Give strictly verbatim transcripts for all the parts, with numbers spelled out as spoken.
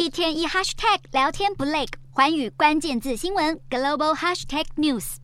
一天一 hashtag 聊天不累，寰宇关键字新闻 global hashtag news。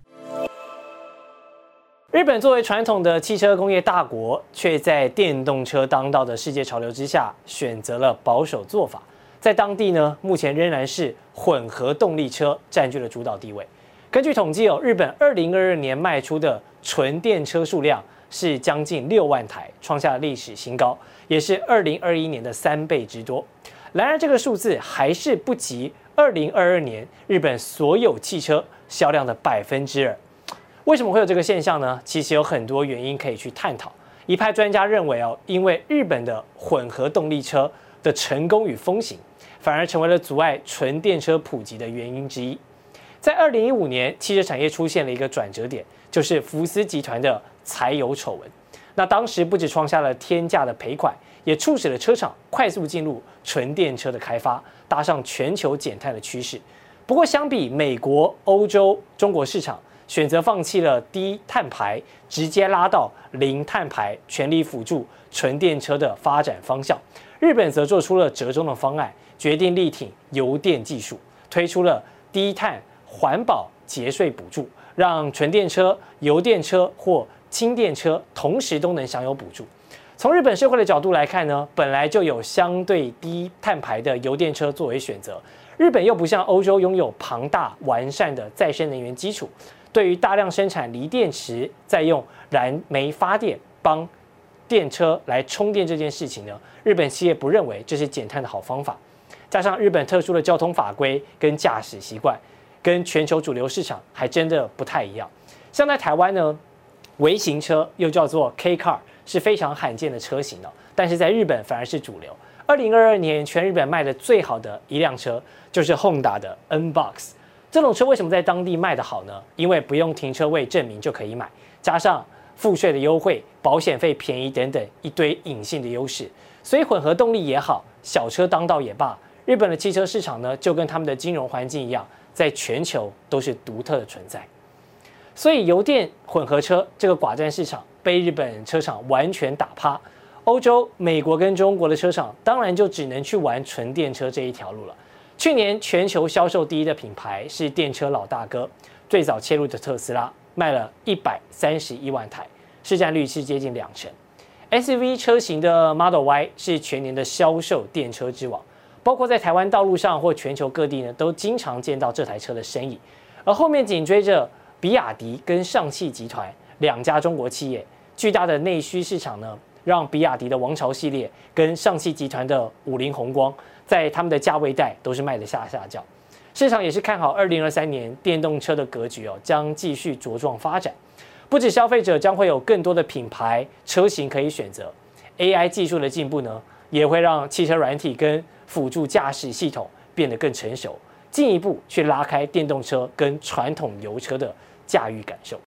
日本作为传统的汽车工业大国，却在电动车当道的世界潮流之下，选择了保守做法。在当地呢，目前仍然是混合动力车占据了主导地位。根据统计哦，日本二零二二年卖出的纯电车数量是将近六万台，创下历史新高，也是二零二一年的三倍之多。然而，这个数字还是不及二零二二年日本所有汽车销量的百分之二。为什么会有这个现象呢？其实有很多原因可以去探讨。一派专家认为哦，因为日本的混合动力车的成功与风行，反而成为了阻碍纯电车普及的原因之一。在二零一五年，汽车产业出现了一个转折点，就是福斯集团的柴油丑闻。那当时不止创下了天价的赔款，也促使了车厂快速进入纯电车的开发，搭上全球减碳的趋势。不过，相比美国、欧洲、中国市场选择放弃了低碳排，直接拉到零碳排，全力辅助纯电车的发展方向，日本则做出了折中的方案，决定力挺油电技术，推出了低碳环保节税补助，让纯电车、油电车或氢电车同时都能享有补助。从日本社会的角度来看呢，本来就有相对低碳排的油电车作为选择，日本又不像欧洲拥有庞大完善的再生能源基础，对于大量生产锂电池，再用燃煤发电帮电车来充电这件事情呢，日本企业不认为这是减碳的好方法。加上日本特殊的交通法规跟驾驶习惯，跟全球主流市场还真的不太一样。像在台湾呢，微型车又叫做 K Car 是非常罕见的车型哦，但是在日本反而是主流。二零二二年全日本卖的最好的一辆车就是 Honda 的 N-Box。这种车为什么在当地卖得好呢？因为不用停车位证明就可以买，加上赋税的优惠、保险费便宜等等一堆隐性的优势，所以混合动力也好，小车当道也罢，日本的汽车市场呢，就跟他们的金融环境一样，在全球都是独特的存在。所以油电混合车这个寡占市场被日本车厂完全打趴，欧洲、美国跟中国的车厂当然就只能去玩纯电车这一条路了。去年全球销售第一的品牌是电车老大哥，最早切入的特斯拉，卖了一百三十一万台，市占率是接近两成。S U V 车型的 Model Y 是全年的销售电车之王，包括在台湾道路上或全球各地呢，都经常见到这台车的身影。而后面紧追着比亚迪跟上汽集团两家中国企业，巨大的内需市场呢，让比亚迪的王朝系列跟上汽集团的五菱宏光，在他们的价位带都是卖得下下叫。市场也是看好二零二三年电动车的格局哦，将继续茁壮发展。不止消费者将会有更多的品牌车型可以选择 ，A I 技术的进步呢，也会让汽车软体跟辅助驾驶系统变得更成熟，进一步去拉开电动车跟传统油车的驾驭感受。